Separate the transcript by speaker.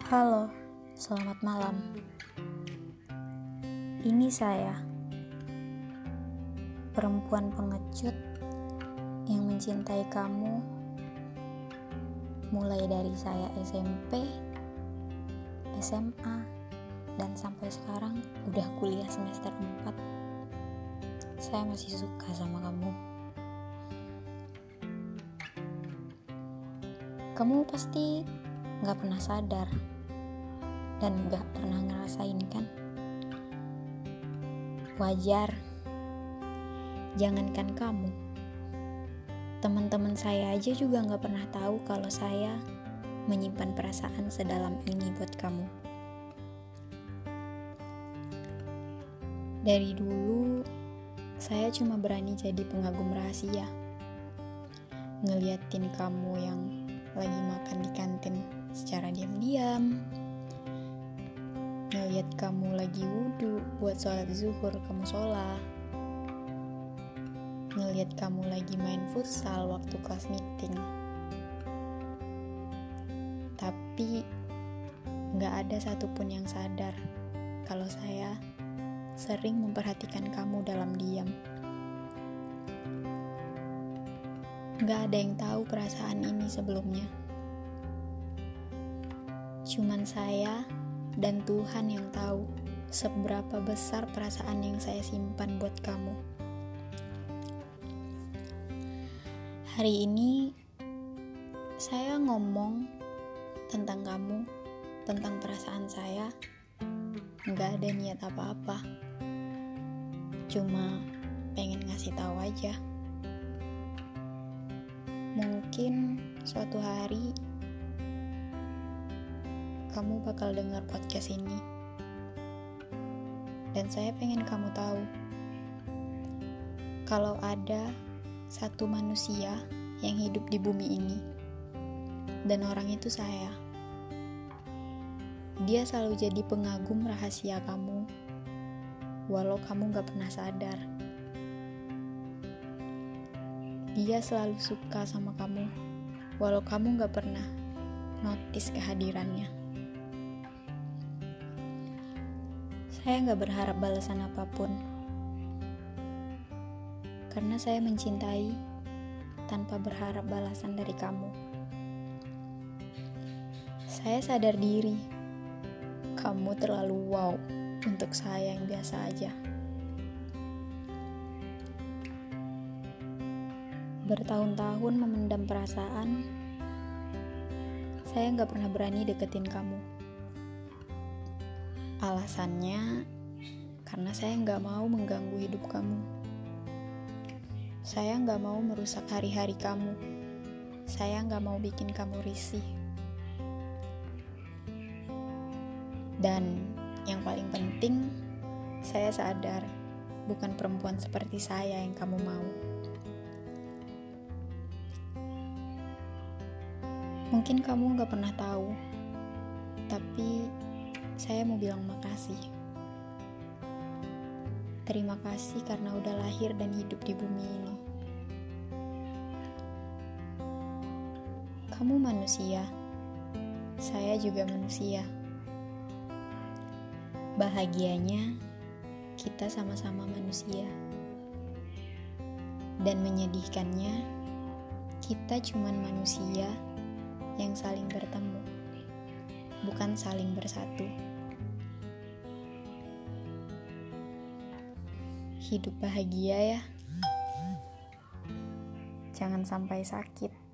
Speaker 1: Halo, selamat malam. Ini saya, perempuan pengecut yang mencintai kamu mulai dari saya SMP, SMA, dan sampai sekarang udah kuliah semester 4. Saya masih suka sama kamu. Kamu pasti gak pernah sadar dan gak pernah ngerasain kan? Wajar. Jangankan kamu, teman-teman saya aja juga gak pernah tahu kalau saya menyimpan perasaan sedalam ini buat kamu. Dari dulu, saya cuma berani jadi pengagum rahasia, ngeliatin kamu yang lagi makan di kantin secara diam-diam, ngeliat kamu lagi wudhu buat sholat zuhur ke musola, ngeliat kamu lagi main futsal waktu kelas meeting. Tapi gak ada satupun yang sadar kalau saya sering memperhatikan kamu dalam diam. Gak ada yang tahu perasaan ini sebelumnya. Cuman saya dan Tuhan yang tahu seberapa besar perasaan yang saya simpan buat kamu. Hari ini saya ngomong tentang kamu, tentang perasaan saya. Gak ada niat apa-apa, cuma pengen ngasih tahu aja. Mungkin suatu hari kamu bakal dengar podcast ini, dan saya pengen kamu tahu kalau ada satu manusia yang hidup di bumi ini, dan orang itu saya. Dia selalu jadi pengagum rahasia kamu, walau kamu gak pernah sadar. Dia selalu suka sama kamu, walau kamu gak pernah notice kehadirannya. Saya gak berharap balasan apapun, karena saya mencintai tanpa berharap balasan dari kamu. Saya sadar diri, kamu terlalu wow untuk saya yang biasa aja. Bertahun-tahun memendam perasaan, saya gak pernah berani deketin kamu. Alasannya, karena saya gak mau mengganggu hidup kamu. Saya gak mau merusak hari-hari kamu. Saya gak mau bikin kamu risih. Dan yang paling penting, saya sadar bukan perempuan seperti saya yang kamu mau. Mungkin kamu gak pernah tahu, tapi saya mau bilang makasih. Terima kasih karena udah lahir dan hidup di bumi ini. Kamu manusia, saya juga manusia. Bahagianya, kita sama-sama manusia. Dan menyedihkannya, kita cuman manusia yang saling bertemu, bukan saling bersatu. Hidup bahagia ya. Jangan sampai sakit.